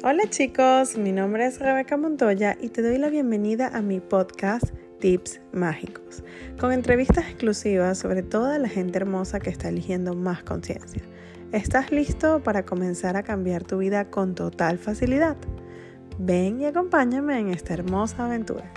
Hola chicos, mi nombre es Rebeca Montoya y te doy la bienvenida a mi podcast Tips Mágicos, con entrevistas exclusivas sobre toda la gente hermosa que está eligiendo más conciencia. ¿Estás listo para comenzar a cambiar tu vida con total facilidad? Ven y acompáñame en esta hermosa aventura.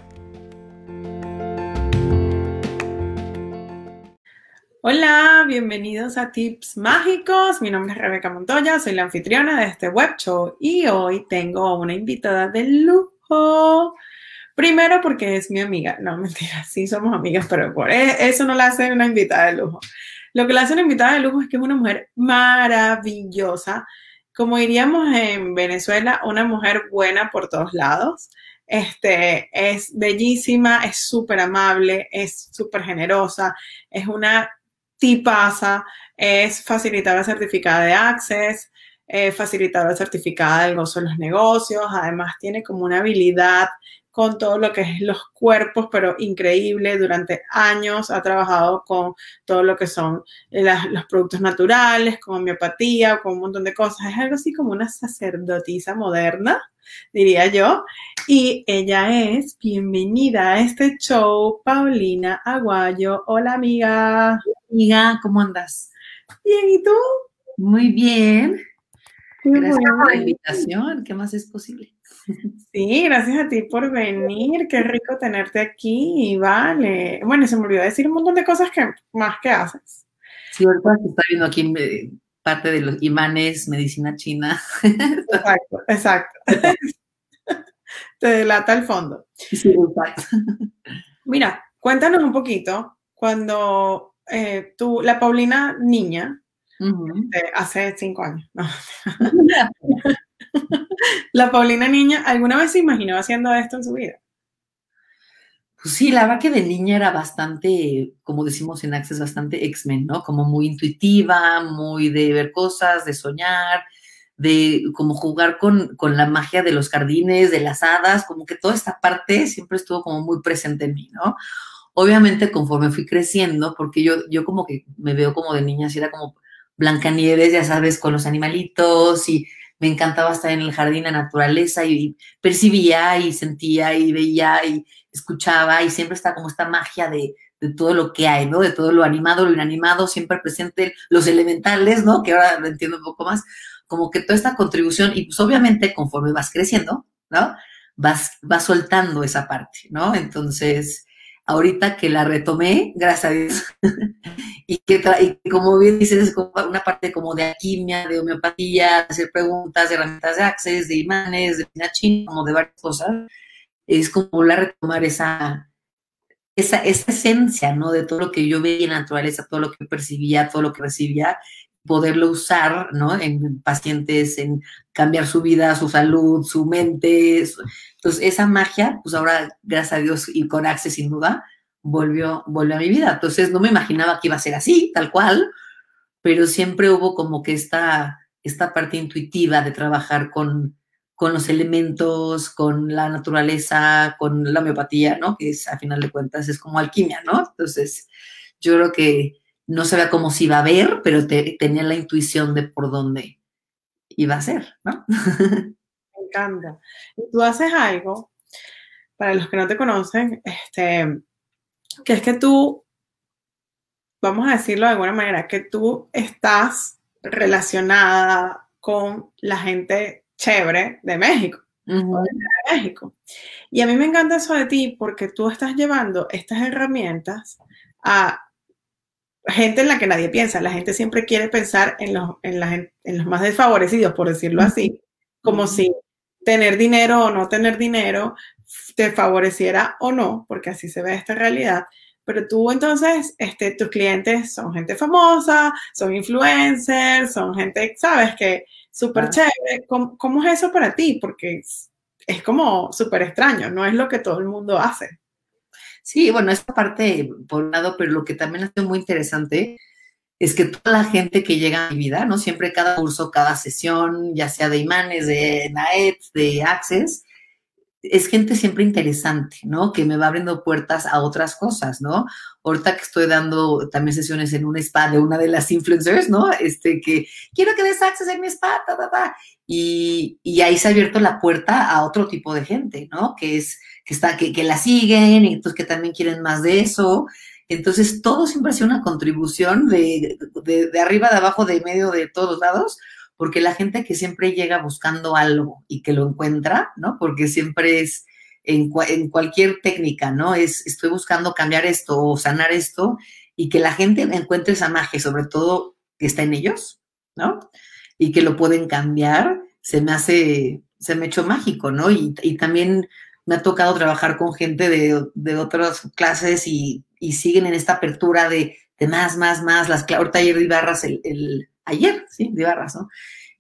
Hola, bienvenidos a Tips Mágicos. Mi nombre es Rebeca Montoya, soy la anfitriona de este web show y hoy tengo una invitada de lujo. Primero porque es mi amiga. No, mentira, sí somos amigas, pero por eso no la hace una invitada de lujo. Lo que la hace una invitada de lujo es que es una mujer maravillosa. Como diríamos en Venezuela, una mujer buena por todos lados. Es bellísima, es súper amable, es súper generosa, es una tipaza, es facilitadora certificada de Access, facilitadora certificada del gozo de los negocios, además tiene como una habilidad con todo lo que es los cuerpos, pero increíble. Durante años ha trabajado con todo lo que son los productos naturales, con homeopatía, con un montón de cosas. Es algo así como una sacerdotisa moderna, diría yo. Y ella es bienvenida a este show, Paulina Aguayo. Hola, amiga. Amiga, ¿cómo andas? Bien, ¿y tú? Muy bien. Gracias por la Bueno. invitación. ¿Qué más es posible? Sí, gracias a ti por venir. Qué rico tenerte aquí. Vale. Bueno, se me olvidó decir un montón de cosas que haces. Sí, ahorita se está viendo aquí parte de los imanes, medicina china. Exacto, exacto. Te delata el fondo. Sí, exacto. Mira, cuéntanos un poquito cuando la Paulina niña, hace 5 años, ¿no? La Paulina niña, ¿alguna vez se imaginó haciendo esto en su vida? Pues sí, la verdad que de niña era bastante, como decimos en Access, bastante X-Men, ¿no? Como muy intuitiva, muy de ver cosas, de soñar, de como jugar con la magia de los jardines, de las hadas, como que toda esta parte siempre estuvo como muy presente en mí, ¿no? Obviamente, conforme fui creciendo, porque yo como que me veo como de niña, así era como Blancanieves, ya sabes, con los animalitos, y me encantaba estar en el jardín, la naturaleza, y percibía y sentía y veía y escuchaba, y siempre está como esta magia de todo lo que hay, ¿no? De todo lo animado, lo inanimado, siempre presente, los elementales, ¿no? Que ahora lo entiendo un poco más, como que toda esta contribución, y pues obviamente conforme vas creciendo, ¿no? Vas soltando esa parte, ¿no? Entonces, ahorita que la retomé, gracias a Dios, y como bien dices, es como una parte como de alquimia, de homeopatía, de hacer preguntas, de herramientas de access, de imanes, de china, como de varias cosas, es como la retomar esa esencia, ¿no? De todo lo que yo veía en la naturaleza, todo lo que percibía, todo lo que recibía, poderlo usar, ¿no? En pacientes, en cambiar su vida, su salud, su mente. Entonces, esa magia, pues ahora, gracias a Dios y con Access, sin duda, volvió a mi vida. Entonces, no me imaginaba que iba a ser así, tal cual, pero siempre hubo como que esta parte intuitiva de trabajar con los elementos, con la naturaleza, con la homeopatía, ¿no? Que es, a final de cuentas, es como alquimia, ¿no? Entonces, yo creo que no sabía cómo se iba a ver, pero tenía la intuición de por dónde iba a ser, ¿no? Me encanta. Y tú haces algo, para los que no te conocen, que es que tú, vamos a decirlo de alguna manera, que tú estás relacionada con la gente chévere de México. Uh-huh. De México. Y a mí me encanta eso de ti porque tú estás llevando estas herramientas a gente en la que nadie piensa. La gente siempre quiere pensar en los más desfavorecidos, por decirlo así, como Uh-huh. si tener dinero o no tener dinero te favoreciera o no, porque así se ve esta realidad. Pero tú entonces, tus clientes son gente famosa, son influencers, son gente, sabes, que súper chévere. ¿Cómo es eso para ti? Porque es como súper extraño, no es lo que todo el mundo hace. Sí, bueno, esta parte por un lado, pero lo que también ha sido muy interesante es que toda la gente que llega a mi vida, ¿no? Siempre cada curso, cada sesión, ya sea de imanes, de NAET, de Access, es gente siempre interesante, ¿no? Que me va abriendo puertas a otras cosas, ¿no? Ahorita que estoy dando también sesiones en un spa de una de las influencers, ¿no? Que quiero que des access en mi spa, ta, ta, ta. Y ahí se ha abierto la puerta a otro tipo de gente, ¿no? Que la siguen y entonces que también quieren más de eso. Entonces, todo siempre ha sido una contribución de arriba, de abajo, de medio, de todos lados, porque la gente que siempre llega buscando algo y que lo encuentra, ¿no? Porque siempre es en cualquier técnica, ¿no? Estoy buscando cambiar esto o sanar esto y que la gente encuentre esa magia, sobre todo que está en ellos, ¿no? Y que lo pueden cambiar, se me echó mágico, ¿no? Y también me ha tocado trabajar con gente de otras clases y siguen en esta apertura de más. Ahorita ayer di barras ayer, sí, di barras, ¿no?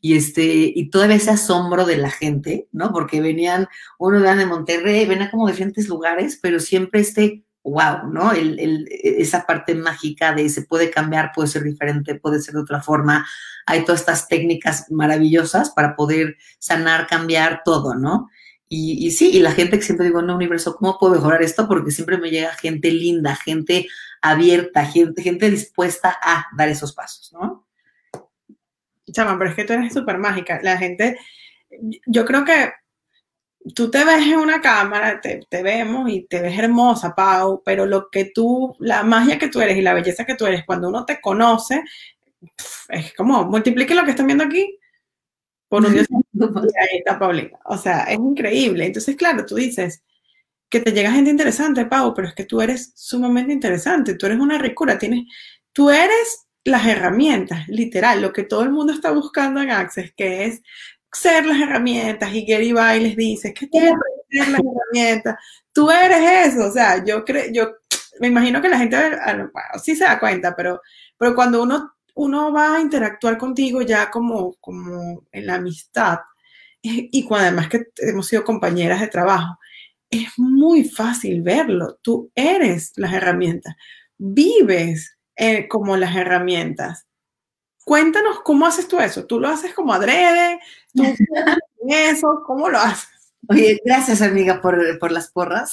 Y todavía ese asombro de la gente, ¿no? Porque uno de Monterrey, venía como de diferentes lugares, pero siempre wow, ¿no? Esa parte mágica de se puede cambiar, puede ser diferente, puede ser de otra forma. Hay todas estas técnicas maravillosas para poder sanar, cambiar todo, ¿no? Y sí, y la gente que siempre digo, no, universo, ¿cómo puedo mejorar esto? Porque siempre me llega gente linda, gente abierta, gente dispuesta a dar esos pasos, ¿no? Chama, pero es que tú eres súper mágica. La gente, yo creo que tú te ves en una cámara, te vemos y te ves hermosa, Pau, pero la magia que tú eres y la belleza que tú eres, cuando uno te conoce, es como, multiplique lo que están viendo aquí por un Dios. Y ahí está Paulina. O sea, es increíble. Entonces, claro, tú dices que te llega gente interesante, Pau, pero es que tú eres sumamente interesante. Tú eres una ricura. Tú eres las herramientas, literal, lo que todo el mundo está buscando en Access, que es ser las herramientas. Y Gary Vee les dice, ¿qué tienes que ser las herramientas? Tú eres eso. O sea, yo me imagino que la gente, bueno, sí se da cuenta, pero cuando uno va a interactuar contigo ya como en la amistad, y cuando además que hemos sido compañeras de trabajo, es muy fácil verlo. Tú eres las herramientas, vives como las herramientas. Cuéntanos cómo haces tú eso. ¿Tú lo haces como adrede? ¿Tú eso? ¿Cómo lo haces? Oye, gracias amiga por las porras.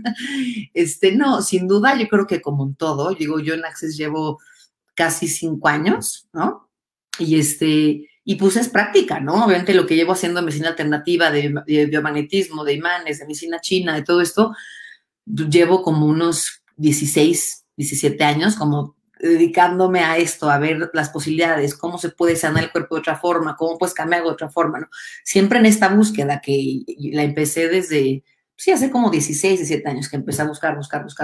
No, sin duda, yo creo que como en todo, digo, yo en Access llevo casi 5 años, ¿no? Y pues es práctica, ¿no? Obviamente lo que llevo haciendo en medicina alternativa, de biomagnetismo, de imanes, de medicina china, de todo esto, llevo como unos 16, 17 años como dedicándome a esto, a ver las posibilidades, cómo se puede sanar el cuerpo de otra forma, cómo puedes cambiar de otra forma, ¿no? Siempre en esta búsqueda que la empecé desde, sí, hace como 16, 17 años que empecé a buscar.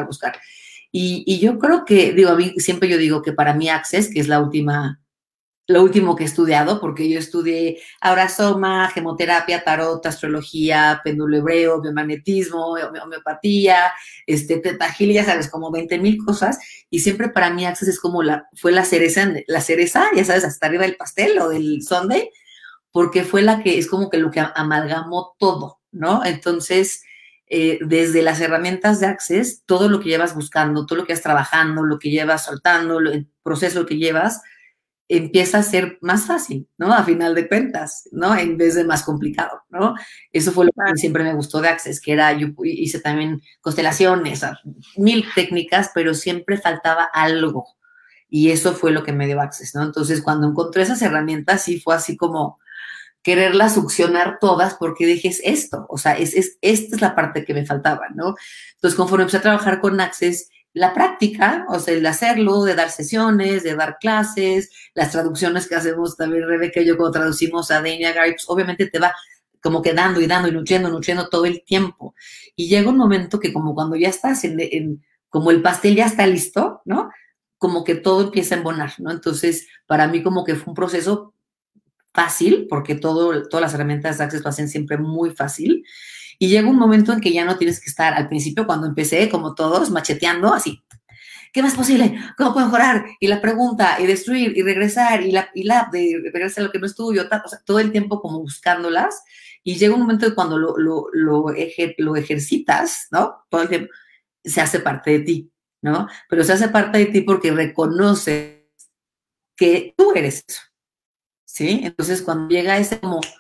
Y yo creo que, digo, a mí siempre yo digo que para mí Access, que es lo último que he estudiado, porque yo estudié aurasoma, gemoterapia, tarot, astrología, péndulo hebreo, biomagnetismo, homeopatía, Teta Healing, ya sabes, como 20,000 cosas, y siempre para mí Access es como fue la cereza, ya sabes, hasta arriba del pastel o del sundae, porque fue es como que lo que amalgamó todo, ¿no? Entonces, desde las herramientas de Access, todo lo que llevas buscando, todo lo que vas trabajando, lo que llevas soltando, el proceso que llevas, empieza a ser más fácil, ¿no? A final de cuentas, ¿no? En vez de más complicado, ¿no? Eso fue lo que siempre me gustó de Access, que yo hice también constelaciones, 1000 técnicas, pero siempre faltaba algo. Y eso fue lo que me dio Access, ¿no? Entonces, cuando encontré esas herramientas, sí fue así como quererlas succionar todas porque dije, es esto, o sea, esta es la parte que me faltaba, ¿no? Entonces, conforme empecé a trabajar con Access, la práctica, o sea, el hacerlo, de dar sesiones, de dar clases, las traducciones que hacemos también, Rebeca y yo, cuando traducimos a Dania Gary, pues obviamente te va como que dando y nutriendo todo el tiempo. Y llega un momento que como cuando ya estás como el pastel ya está listo, ¿no? Como que todo empieza a embonar, ¿no? Entonces, para mí como que fue un proceso fácil, porque todas las herramientas de Access lo hacen siempre muy fácil. Y llega un momento en que ya no tienes que estar, al principio cuando empecé, como todos, macheteando así. ¿Qué más posible? ¿Cómo puedo mejorar? Y la pregunta, y destruir, y regresar, de regresar a lo que no es tuyo, o sea, todo el tiempo como buscándolas. Y llega un momento de cuando lo ejercitas, ¿no? Todo el tiempo, se hace parte de ti, ¿no? Pero se hace parte de ti porque reconoce que tú eres eso, ¿sí? Entonces, cuando llega ese como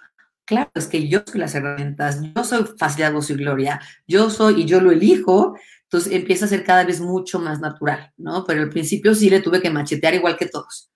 claro, es que yo soy las herramientas, yo soy facilidad, gozo y gloria, yo soy y yo lo elijo, entonces empieza a ser cada vez mucho más natural, ¿no? Pero al principio sí le tuve que machetear igual que todos.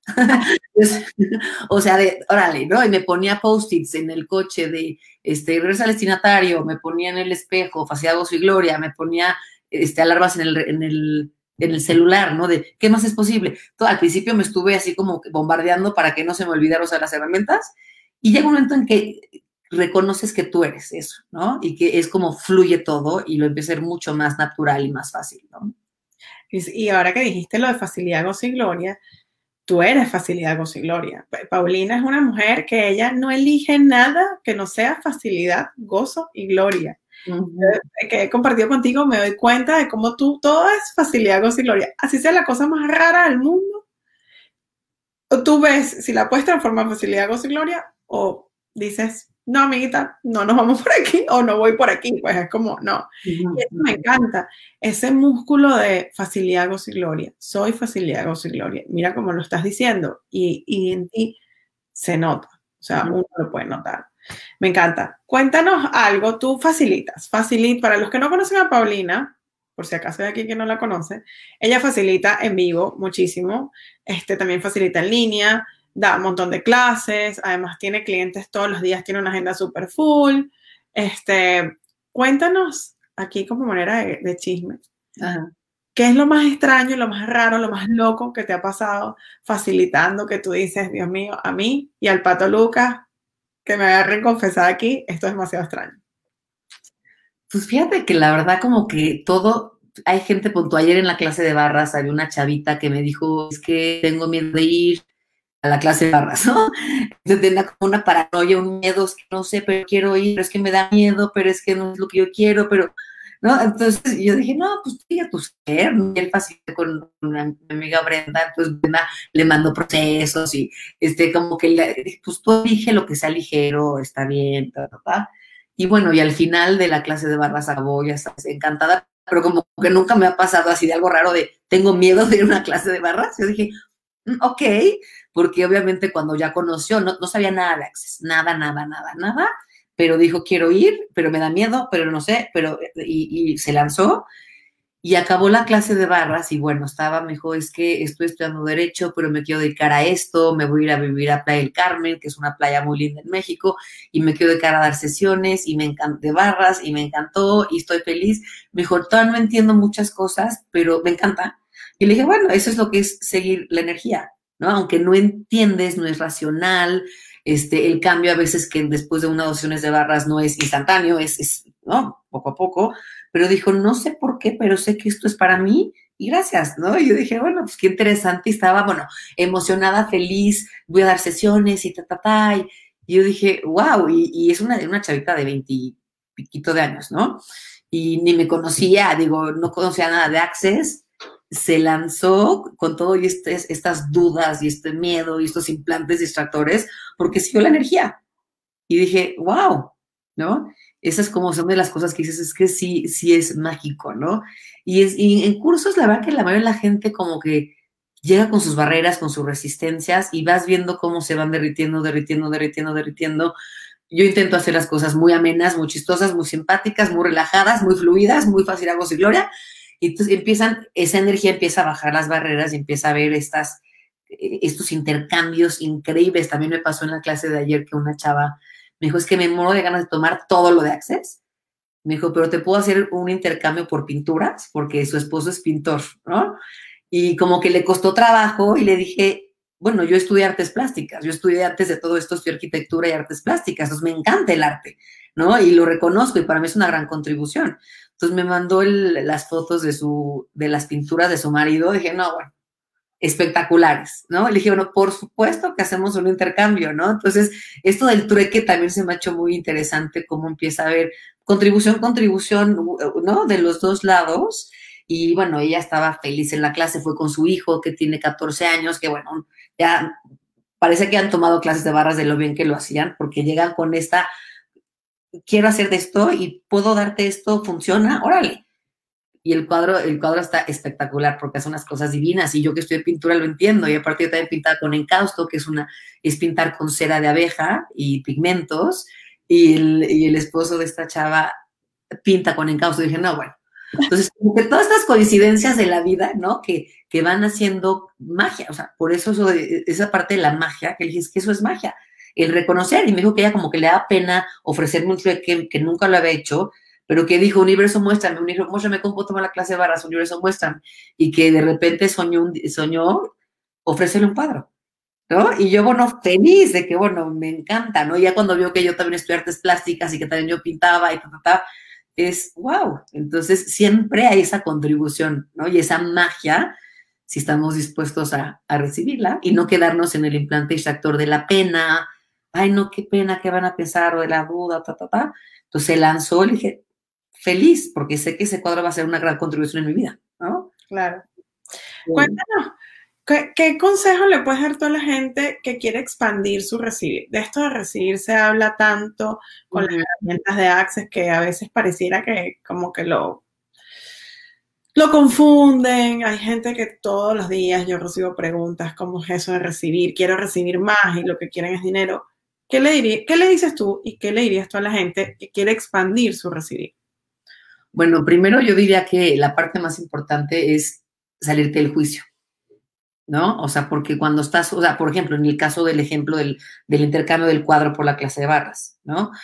O sea, órale, ¿no? Y me ponía post-its en el coche de, regresa al destinatario, me ponía en el espejo, facilidad, gozo y gloria, me ponía, alarmas en el celular, ¿no? De, ¿qué más es posible? Todo, al principio me estuve así como bombardeando para que no se me olvidara usar las herramientas, y llega un momento en que reconoces que tú eres eso, ¿no? Y que es como fluye todo y lo empieza a ser mucho más natural y más fácil, ¿no? Y ahora que dijiste lo de facilidad, gozo y gloria, tú eres facilidad, gozo y gloria. Paulina es una mujer que ella no elige nada que no sea facilidad, gozo y gloria. Que he compartido contigo, me doy cuenta de cómo todo es facilidad, gozo y gloria. Así sea la cosa más rara del mundo. O tú ves si la puedes transformar en facilidad, gozo y gloria, o dices, no, amiguita, no nos vamos por aquí, o no voy por aquí. Pues es como, no. Y eso me encanta. Ese músculo de facilidad, gozo y gloria. Soy facilidad, gozo y gloria. Mira cómo lo estás diciendo. Y en ti se nota. O sea, uno lo puede notar. Me encanta. Cuéntanos algo, tú facilitas. Para los que no conocen a Paulina, por si acaso hay aquí que no la conoce, ella facilita en vivo muchísimo, también facilita en línea, da un montón de clases, además tiene clientes todos los días, tiene una agenda súper full. Cuéntanos aquí como manera de chisme. Ajá. ¿Qué es lo más extraño, lo más raro, lo más loco que te ha pasado facilitando que tú dices, Dios mío, a mí y al Pato Lucas, que me agarren confesada aquí, esto es demasiado extraño? Pues fíjate que la verdad como que todo, hay gente, punto, ayer en la clase de barras había una chavita que me dijo, es que tengo miedo de ir a la clase de barras, ¿no? Entonces tenía como una paranoia, un miedo, es que no sé, pero quiero ir, pero es que me da miedo, pero es que no es lo que yo quiero, pero, ¿no? Entonces yo dije, no, pues diga tu ser, ¿no? Y él facilitó con una amiga Brenda, entonces Brenda le mandó procesos y como que, pues tú elige lo que sea ligero, está bien, ta, ta, ta. Y bueno, y al final de la clase de barras acabó, ya sabes, encantada, pero como que nunca me ha pasado así de algo raro de, tengo miedo de ir a una clase de barras. Yo dije, ok, porque obviamente cuando ya conoció, no sabía nada de Access, nada, nada, nada, nada, pero dijo, quiero ir, pero me da miedo, pero no sé, y se lanzó, y acabó la clase de barras, y bueno, me dijo, es que estoy estudiando Derecho, pero me quiero dedicar a esto, me voy a ir a vivir a Playa del Carmen, que es una playa muy linda en México, y me quiero dedicar a dar sesiones, y me encanta de barras, y me encantó, y estoy feliz. Me dijo, todavía no entiendo muchas cosas, pero me encanta. Y le dije, bueno, eso es lo que es seguir la energía, ¿no? Aunque no entiendes, no es racional, el cambio a veces que después de unas dosis de barras no es instantáneo, ¿no? Poco a poco, pero dijo, no sé por qué, pero sé que esto es para mí y gracias, ¿no? Y yo dije, bueno, pues qué interesante, y estaba, bueno, emocionada, feliz, voy a dar sesiones y ta, ta, ta, y yo dije, wow, y es una chavita de 20 y piquito de años, ¿no? Y ni me conocía, digo, no conocía nada de Access, se lanzó con todo y estas dudas y este miedo y estos implantes distractores porque siguió la energía. Y dije, wow, ¿no? Esas como son de las cosas que dices, es que sí, sí es mágico, ¿no? Y en cursos, la verdad que la mayoría de la gente como que llega con sus barreras, con sus resistencias y vas viendo cómo se van derritiendo, derritiendo, derritiendo, derritiendo. Yo intento hacer las cosas muy amenas, muy chistosas, muy simpáticas, muy relajadas, muy fluidas, muy fácil a voz y gloria. Y entonces esa energía empieza a bajar las barreras y empieza a ver estos intercambios increíbles. También me pasó en la clase de ayer que una chava me dijo, es que me muero de ganas de tomar todo lo de Access. Me dijo, pero te puedo hacer un intercambio por pinturas, porque su esposo es pintor, ¿no? Y como que le costó trabajo y le dije, bueno, yo estudié artes plásticas, yo estudié antes de todo esto, estudié arquitectura y artes plásticas, entonces me encanta el arte, ¿no? Y lo reconozco y para mí es una gran contribución. Entonces me mandó las fotos de las pinturas de su marido, dije, no, bueno, espectaculares, ¿no? Le dije, bueno, por supuesto que hacemos un intercambio, ¿no? Entonces, esto del trueque también se me ha hecho muy interesante, cómo empieza a haber contribución, ¿no? De los dos lados. Y bueno, ella estaba feliz en la clase, fue con su hijo que tiene 14 años, que bueno, ya parece que han tomado clases de barras de lo bien que lo hacían, porque llegan con quiero hacer de esto y puedo darte esto, funciona, órale. Y el cuadro está espectacular porque hace unas cosas divinas y yo que estudié pintura lo entiendo. Y aparte yo también pintaba con encausto, que es pintar con cera de abeja y pigmentos. y el esposo de esta chava pinta con encausto. Y dije, no, bueno. Entonces, como que todas estas coincidencias de la vida, ¿no? Que van haciendo magia. O sea, por eso, esa parte de la magia, que le dije, es que eso es magia. El reconocer, y me dijo que ella como que le da pena ofrecerme un trueque que nunca lo había hecho, pero que dijo, universo, muéstrame cómo puedo tomar la clase de barras, universo, muéstrame. Y que de repente soñó ofrecerle un cuadro, ¿no? Y yo, bueno, feliz de que, bueno, me encanta, ¿no? Ya cuando vio que yo también estudié artes plásticas y que también yo pintaba y es wow. Entonces, siempre hay esa contribución, ¿no? Y esa magia, si estamos dispuestos a recibirla y no quedarnos en el implante distractor de la pena, ay, no, qué pena, qué van a pensar, o de la duda, Entonces se lanzó, le dije, feliz, porque sé que ese cuadro va a ser una gran contribución en mi vida, ¿no? Claro. Cuéntanos, ¿qué consejo le puedes dar a toda la gente que quiere expandir su recibir? De esto de recibir se habla tanto con las herramientas de Access que a veces pareciera que como que lo confunden. Hay gente que todos los días yo recibo preguntas, ¿cómo es eso de recibir? Quiero recibir más y lo que quieren es dinero. ¿Qué le dices tú y qué le dirías tú a la gente que quiere expandir su recibir? Bueno, primero yo diría que la parte más importante es salirte del juicio, ¿no? O sea, porque cuando estás, o sea, por ejemplo, en el caso del ejemplo del intercambio del cuadro por la clase de barras, ¿no?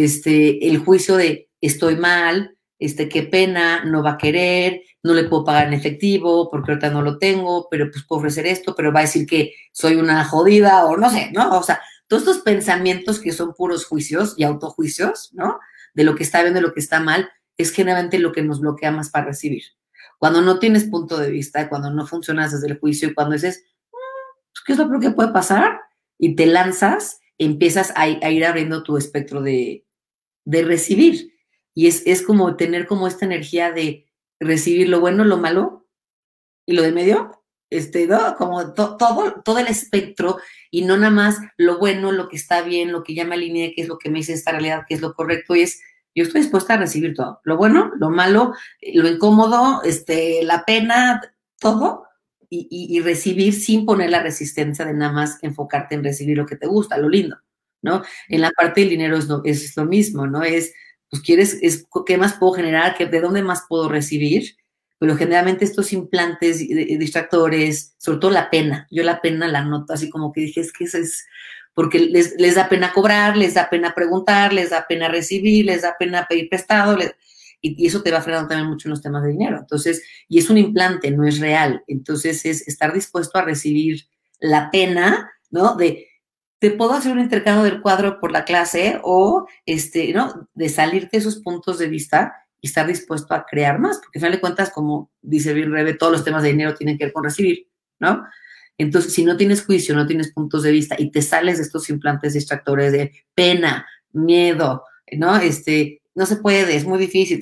El juicio de estoy mal, qué pena, no va a querer, no le puedo pagar en efectivo porque ahorita no lo tengo, pero pues puedo ofrecer esto, pero va a decir que soy una jodida o no sé, ¿no? O sea, todos estos pensamientos que son puros juicios y autojuicios, ¿no? De lo que está bien, de lo que está mal, es generalmente lo que nos bloquea más para recibir. Cuando no tienes punto de vista, cuando no funcionas desde el juicio y cuando dices, ¿qué es lo peor que puede pasar? Y te lanzas, empiezas a ir abriendo tu espectro de recibir. Y es como tener como esta energía de recibir lo bueno, lo malo y lo de medio, ¿no? Como todo el espectro y no nada más lo bueno, lo que está bien, lo que ya me alineé, qué es lo que me dice esta realidad, qué es lo correcto, y yo estoy dispuesta a recibir todo, lo bueno, lo malo, lo incómodo, la pena, todo, y recibir sin poner la resistencia de nada más enfocarte en recibir lo que te gusta, lo lindo, ¿no? En la parte del dinero es lo mismo, ¿no? Pues ¿qué más puedo generar? ¿De dónde más puedo recibir? Pero generalmente estos implantes distractores, sobre todo la pena, yo la pena la noto así como que dije, es que eso es, porque les da pena cobrar, les da pena preguntar, les da pena recibir, les da pena pedir prestado, y eso te va frenando también mucho en los temas de dinero. Entonces, y es un implante, no es real. Entonces, es estar dispuesto a recibir la pena, ¿no? Te puedo hacer un intercambio del cuadro por la clase o, ¿no? De salirte de esos puntos de vista y estar dispuesto a crear más, porque al final de cuentas, como dice bien Rebe, todos los temas de dinero tienen que ver con recibir, ¿no? Entonces, si no tienes juicio, no tienes puntos de vista y te sales de estos implantes distractores de pena, miedo, ¿no? No se puede, es muy difícil,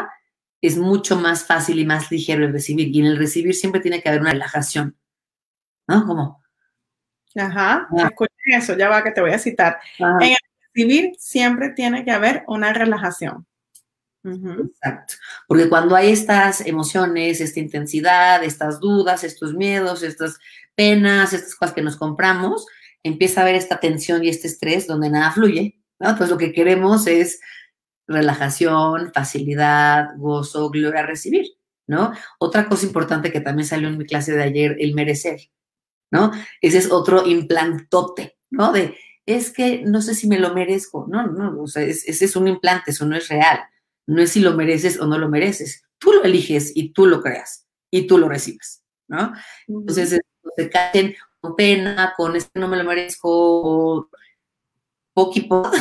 es mucho más fácil y más ligero el recibir. Y en el recibir siempre tiene que haber una relajación, ¿no? Como... Ajá, escuchen eso, ya va que te voy a citar. En el recibir siempre tiene que haber una relajación. Exacto, porque cuando hay estas emociones, esta intensidad, estas dudas, estos miedos, estas penas, estas cosas que nos compramos, empieza a haber esta tensión y este estrés donde nada fluye, ¿no? Entonces lo que queremos es relajación, facilidad, gozo, gloria a recibir, ¿no? Otra cosa importante que también salió en mi clase de ayer, el merecer, ¿no? Ese es otro implantote, ¿no? Es que no sé si me lo merezco, no, o sea, ese es un implante, eso no es real. No es si lo mereces o no lo mereces. Tú lo eliges y tú lo creas y tú lo recibes, ¿no? Entonces, se caen con pena, con esto no me lo merezco, poquito,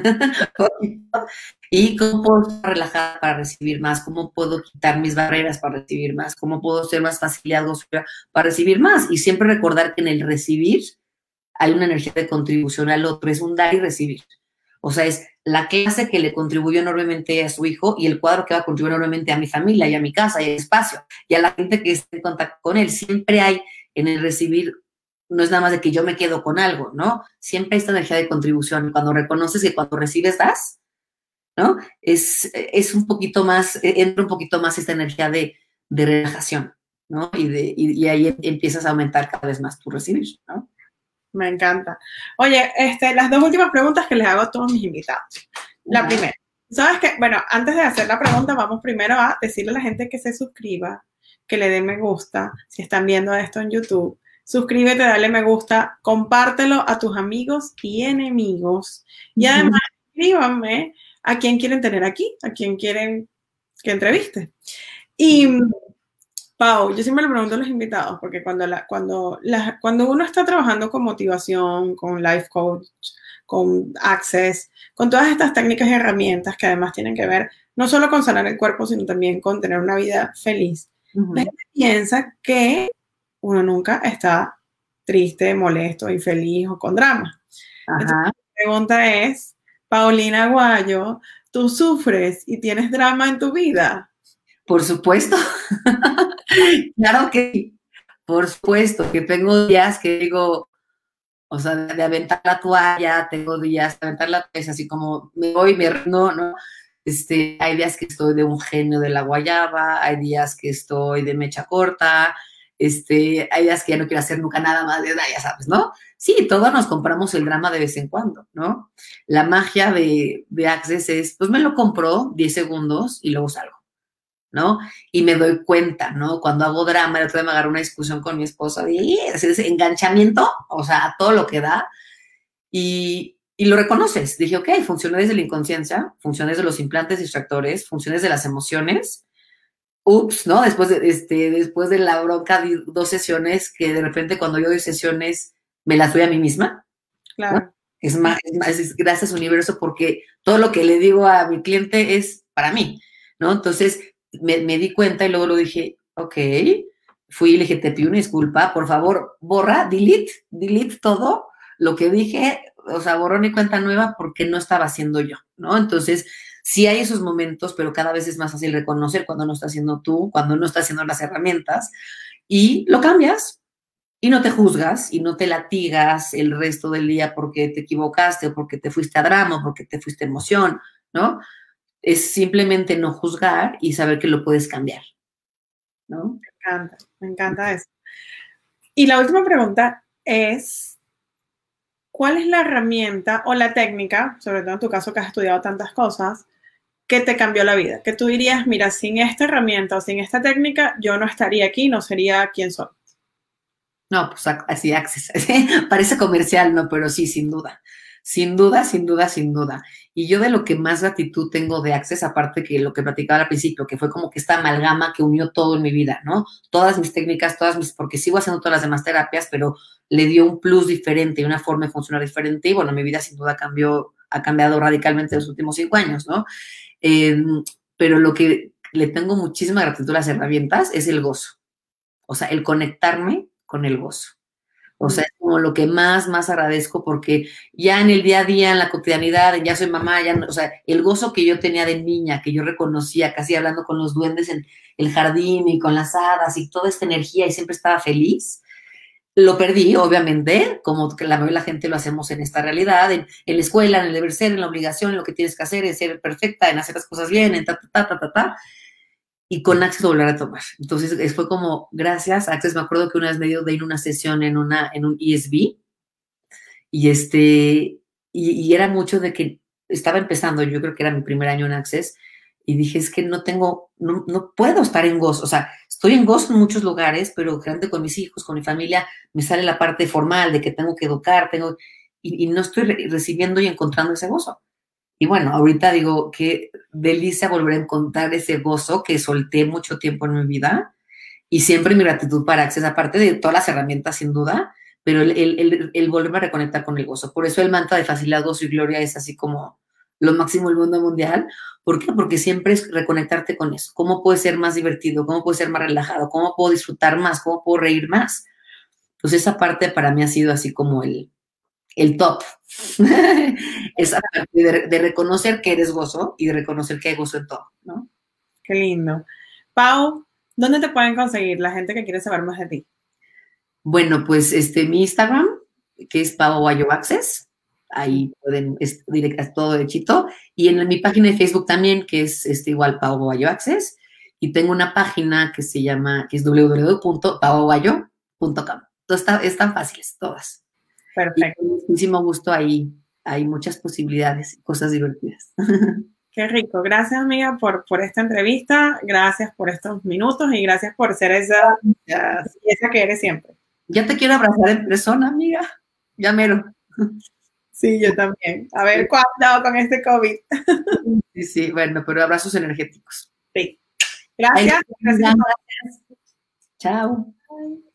y cómo puedo estar relajada para recibir más, cómo puedo quitar mis barreras para recibir más, cómo puedo ser más facilidad para recibir más. Y siempre recordar que en el recibir hay una energía de contribución al otro, es un dar y recibir. O sea, es la clase que le contribuyó enormemente a su hijo y el cuadro que va a contribuir enormemente a mi familia y a mi casa y al espacio y a la gente que está en contacto con él. Siempre hay en el recibir, no es nada más de que yo me quedo con algo, ¿no? Siempre hay esta energía de contribución. Cuando reconoces que cuando recibes das, ¿no? Es un poquito más, entra un poquito más esta energía de relajación, ¿no? Y ahí empiezas a aumentar cada vez más tu recibir, ¿no? Me encanta. Oye, las dos últimas preguntas que les hago a todos mis invitados. La primera. ¿Sabes qué? Bueno, antes de hacer la pregunta, vamos primero a decirle a la gente que se suscriba, que le dé me gusta, si están viendo esto en YouTube. Suscríbete, dale me gusta, compártelo a tus amigos y enemigos. Y además, escríbanme a quién quieren tener aquí, a quién quieren que entreviste. Y Pau, yo siempre le pregunto a los invitados, porque cuando uno está trabajando con motivación, con life coach, con access, con todas estas técnicas y herramientas que además tienen que ver no solo con sanar el cuerpo, sino también con tener una vida feliz, la gente piensa que uno nunca está triste, molesto, infeliz o con drama. Entonces, la pregunta es, Paulina Aguayo, ¿tú sufres y tienes drama en tu vida? Por supuesto. Claro que sí. Por supuesto que tengo días que digo, o sea, de aventar la toalla, tengo días de aventar la toalla, así como me voy, me rindo, ¿no? Hay días que estoy de un genio de la guayaba, hay días que estoy de mecha corta, hay días que ya no quiero hacer nunca nada más de ya sabes, ¿no? Sí, todos nos compramos el drama de vez en cuando, ¿no? La magia de Access es, pues me lo compro 10 segundos y luego salgo, ¿no? Y me doy cuenta, ¿no? Cuando hago drama, el otro día me agarré una discusión con mi esposa de ese enganchamiento, o sea, a todo lo que da, y lo reconoces. Dije, ok, funcioné desde la inconsciencia, funcioné desde los implantes distractores, funcioné desde las emociones. Ups, ¿no? Después de la bronca de 2 sesiones, que de repente cuando yo doy sesiones me las doy a mí misma. Claro. ¿No? Es gracias universo, porque todo lo que le digo a mi cliente es para mí, ¿no? Entonces me di cuenta y luego lo dije, ok, fui y le dije, te pido una disculpa, por favor, borra, delete todo lo que dije, o sea, borrón y cuenta nueva porque no estaba haciendo yo, ¿no? Entonces, sí hay esos momentos, pero cada vez es más fácil reconocer cuando no estás haciendo tú, cuando no estás haciendo las herramientas, y lo cambias, y no te juzgas y no te latigas el resto del día porque te equivocaste o porque te fuiste a drama o porque te fuiste a emoción, ¿no? Es simplemente no juzgar y saber que lo puedes cambiar, ¿no? Me encanta eso. Y la última pregunta es, ¿cuál es la herramienta o la técnica, sobre todo en tu caso que has estudiado tantas cosas, que te cambió la vida? Que tú dirías, mira, sin esta herramienta o sin esta técnica, yo no estaría aquí, no sería quien soy. No, pues así, Access. Parece comercial, ¿no? Pero sí, sin duda. Sin duda, sin duda, sin duda. Y yo de lo que más gratitud tengo de Access, aparte que lo que platicaba al principio, que fue como que esta amalgama que unió todo en mi vida, ¿no? Todas mis técnicas, porque sigo haciendo todas las demás terapias, pero le dio un plus diferente y una forma de funcionar diferente. Y bueno, mi vida sin duda ha cambiado radicalmente en los últimos 5 años, ¿no? Pero lo que le tengo muchísima gratitud a las herramientas es el gozo. O sea, el conectarme con el gozo. O sea, es como lo que más agradezco, porque ya en el día a día, en la cotidianidad, ya soy mamá, ya no, o sea, el gozo que yo tenía de niña, que yo reconocía casi hablando con los duendes en el jardín y con las hadas y toda esta energía y siempre estaba feliz, lo perdí, obviamente, como que la mayoría de la gente lo hacemos en esta realidad, en la escuela, en el deber ser, en la obligación, en lo que tienes que hacer, en ser perfecta, en hacer las cosas bien, en ta. Y con Access volver a tomar. Entonces fue como, gracias, Access. Me acuerdo que una vez me dio de ir a una sesión en un ESB y era mucho de que estaba empezando, yo creo que era mi primer año en Access, y dije, es que no puedo estar en gozo, o sea, estoy en gozo en muchos lugares, pero generalmente con mis hijos, con mi familia, me sale la parte formal de que tengo que educar, y no estoy recibiendo y encontrando ese gozo. Y bueno, ahorita digo, qué delicia volver a encontrar ese gozo que solté mucho tiempo en mi vida, y siempre mi gratitud para Access, aparte de todas las herramientas sin duda, pero el volverme a reconectar con el gozo. Por eso el mantra de facilidad, gozo y gloria es así como lo máximo del mundo mundial. ¿Por qué? Porque siempre es reconectarte con eso. ¿Cómo puede ser más divertido? ¿Cómo puede ser más relajado? ¿Cómo puedo disfrutar más? ¿Cómo puedo reír más? Pues esa parte para mí ha sido así como el top. Esa parte de reconocer que eres gozo y de reconocer que hay gozo en todo, ¿no? Qué lindo. Pau, ¿dónde te pueden conseguir la gente que quiere saber más de ti? Bueno, pues mi Instagram, que es Pau Aguayo Access, ahí pueden, directas todo derechito, y en mi página de Facebook también, que es igual Pau Aguayo Access, y tengo una página que se llama, que es www.pauaguayo.com. Están fáciles, todas. Perfecto. Y con muchísimo gusto ahí hay muchas posibilidades, cosas divertidas. Qué rico. Gracias, amiga, por esta entrevista. Gracias por estos minutos y gracias por ser esa que eres siempre. Ya te quiero abrazar en persona, amiga. Ya mero. Sí, yo también. A ver cuándo con este COVID. Sí, sí, bueno, pero abrazos energéticos. Sí. Gracias. Gracias. Chao. Bye.